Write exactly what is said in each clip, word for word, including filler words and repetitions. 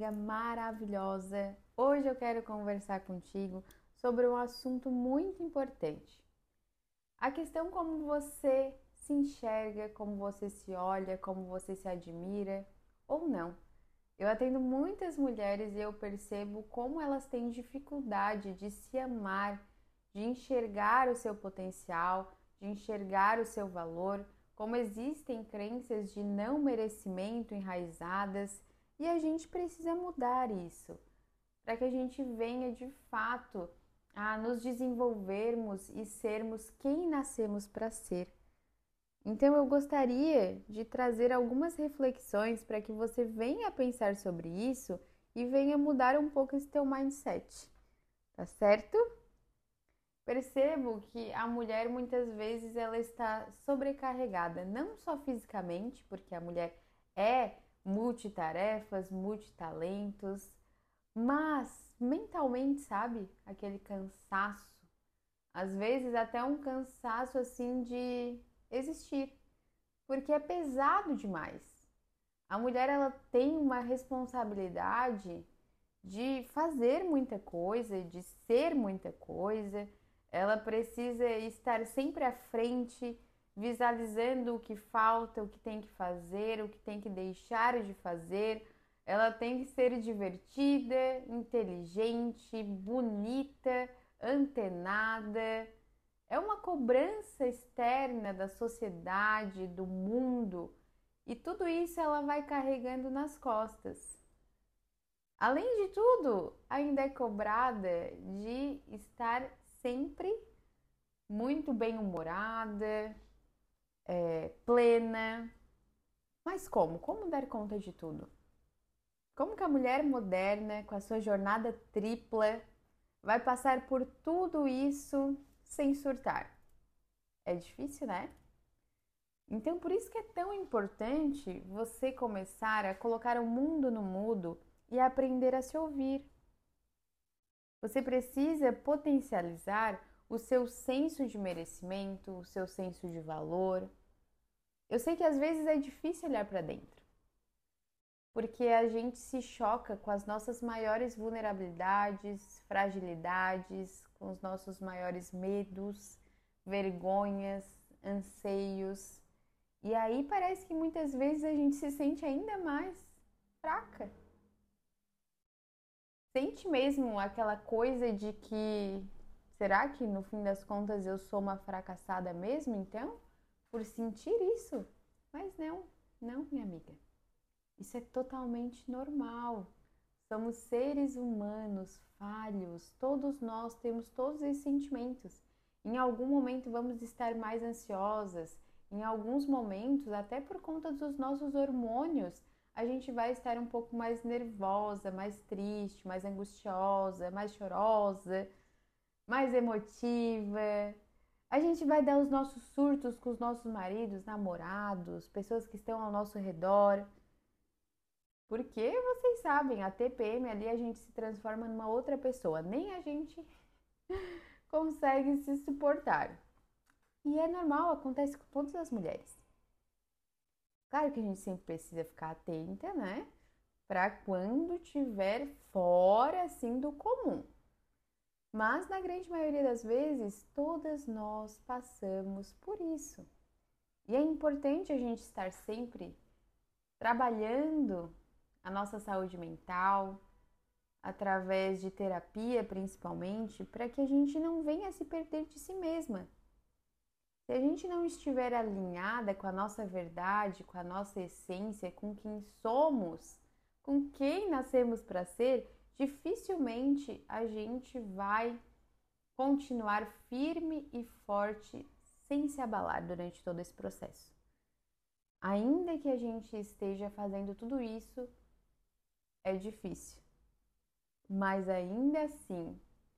amiga maravilhosa. Hoje eu quero conversar contigo sobre um assunto muito importante. A questão como você se enxerga, como você se olha, como você se admira ou não. Eu atendo muitas mulheres e eu percebo como elas têm dificuldade de se amar, de enxergar o seu potencial, de enxergar o seu valor, como existem crenças de não merecimento enraizadas e a gente precisa mudar isso para que a gente venha de fato a nos desenvolvermos e sermos quem nascemos para ser. Então eu gostaria de trazer algumas reflexões para que você venha pensar sobre isso e venha mudar um pouco esse teu mindset, tá certo? Percebo que a mulher muitas vezes ela está sobrecarregada, não só fisicamente, porque a mulher é multitarefas, multitalentos, mas mentalmente, sabe? Aquele cansaço, às vezes até um cansaço assim de existir, porque é pesado demais. A mulher ela tem uma responsabilidade de fazer muita coisa, de ser muita coisa. Ela precisa estar sempre à frente, visualizando o que falta, o que tem que fazer, o que tem que deixar de fazer. Ela tem que ser divertida, inteligente, bonita, antenada. É uma cobrança externa da sociedade, do mundo, e tudo isso ela vai carregando nas costas. Além de tudo, ainda é cobrada de estar sempre muito bem-humorada, é, plena. Mas como? Como dar conta de tudo? Como que a mulher moderna, com a sua jornada tripla, vai passar por tudo isso sem surtar? É difícil, né? Então, por isso que é tão importante você começar a colocar o mundo no mudo e aprender a se ouvir. Você precisa potencializar o seu senso de merecimento, o seu senso de valor. Eu sei que às vezes é difícil olhar para dentro, porque a gente se choca com as nossas maiores vulnerabilidades, fragilidades, com os nossos maiores medos, vergonhas, anseios. E aí parece que muitas vezes a gente se sente ainda mais fraca. Sente mesmo aquela coisa de que será que no fim das contas eu sou uma fracassada mesmo, então? Por sentir isso? Mas não, não, minha amiga. Isso é totalmente normal. Somos seres humanos, falhos, todos nós temos todos esses sentimentos. Em algum momento vamos estar mais ansiosas, em alguns momentos, até por conta dos nossos hormônios, a gente vai estar um pouco mais nervosa, mais triste, mais angustiosa, mais chorosa, mais emotiva. A gente vai dar os nossos surtos com os nossos maridos, namorados, pessoas que estão ao nosso redor. Porque vocês sabem, a T P M ali a gente se transforma numa outra pessoa, nem a gente consegue se suportar. E é normal, acontece com todas as mulheres. Claro que a gente sempre precisa ficar atenta, né? Para quando tiver fora assim do comum. Mas na grande maioria das vezes, todas nós passamos por isso. E é importante a gente estar sempre trabalhando a nossa saúde mental, através de terapia principalmente, para que a gente não venha se perder de si mesma. Se a gente não estiver alinhada com a nossa verdade, com a nossa essência, com quem somos, com quem nascemos para ser, dificilmente a gente vai continuar firme e forte sem se abalar durante todo esse processo. Ainda que a gente esteja fazendo tudo isso, é difícil. Mas ainda assim,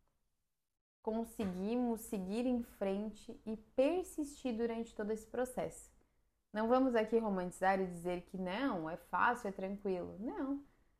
conseguimos seguir em frente e persistir durante todo esse processo. Não vamos aqui romantizar e dizer que não, é fácil, é tranquilo. Não.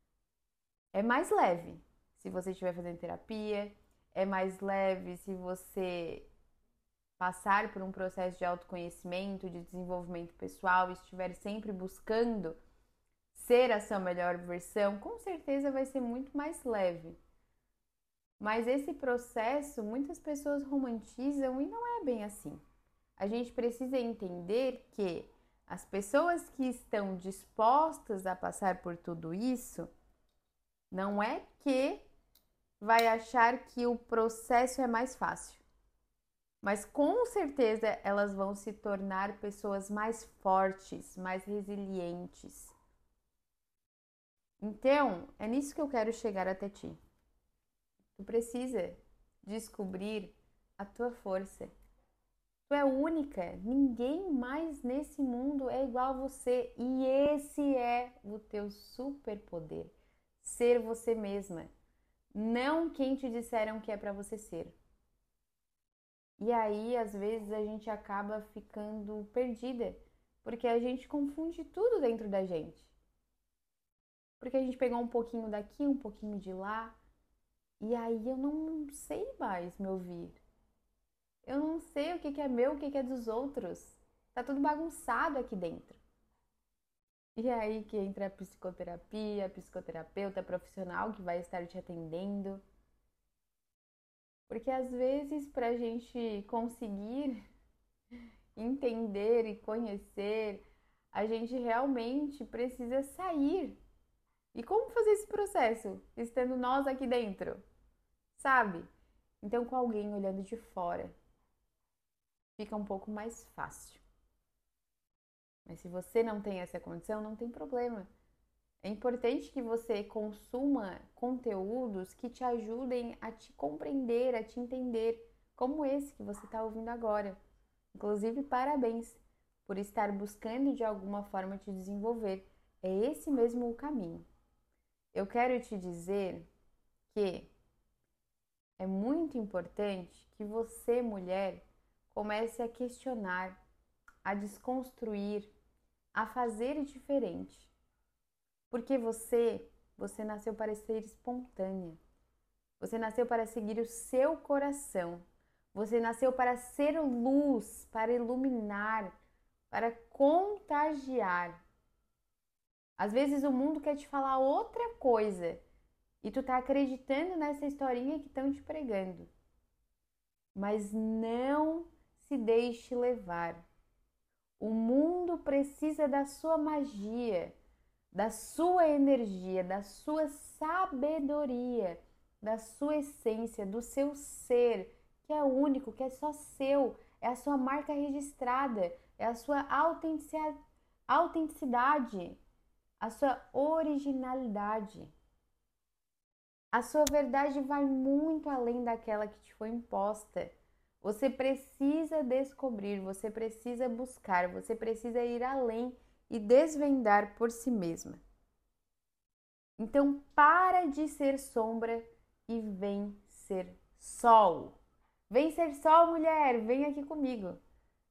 É mais leve se você estiver fazendo terapia, é mais leve se você passar por um processo de autoconhecimento, de desenvolvimento pessoal, e estiver sempre buscando ser a sua melhor versão, com certeza vai ser muito mais leve. Mas esse processo muitas pessoas romantizam e não é bem assim. A gente precisa entender que as pessoas que estão dispostas a passar por tudo isso, não é que vai achar que o processo é mais fácil. Mas com certeza elas vão se tornar pessoas mais fortes, mais resilientes. Então, é nisso que eu quero chegar até ti. Tu precisa descobrir a tua força. Tu é única, ninguém mais nesse mundo é igual a você e esse é o teu superpoder. Ser você mesma, não quem te disseram que é para você ser. E aí, às vezes, a gente acaba ficando perdida, porque a gente confunde tudo dentro da gente. Porque a gente pegou um pouquinho daqui, um pouquinho de lá, e aí eu não sei mais me ouvir. Eu não sei o que é meu, o que é dos outros. Tá tudo bagunçado aqui dentro. E é aí que entra a psicoterapia, a psicoterapeuta profissional que vai estar te atendendo. Porque às vezes, para a gente conseguir entender e conhecer, a gente realmente precisa sair. E como fazer esse processo, estando nós aqui dentro? Sabe? Então, com alguém olhando de fora, fica um pouco mais fácil. Mas se você não tem essa condição, não tem problema. É importante que você consuma conteúdos que te ajudem a te compreender, a te entender, como esse que você está ouvindo agora. Inclusive, parabéns por estar buscando de alguma forma te desenvolver. É esse mesmo o caminho. Eu quero te dizer que é muito importante que você, mulher, comece a questionar, a desconstruir, a fazer diferente. Porque você, você nasceu para ser espontânea. Você nasceu para seguir o seu coração. Você nasceu para ser luz, para iluminar, para contagiar. Às vezes o mundo quer te falar outra coisa e tu tá acreditando nessa historinha que estão te pregando. Mas não se deixe levar. O mundo precisa da sua magia, da sua energia, da sua sabedoria, da sua essência, do seu ser, que é único, que é só seu, é a sua marca registrada, é a sua autenticidade, a sua originalidade. A sua verdade vai muito além daquela que te foi imposta. Você precisa descobrir, você precisa buscar, você precisa ir além e desvendar por si mesma. Então, para de ser sombra e vem ser sol. Vem ser sol, mulher, vem aqui comigo.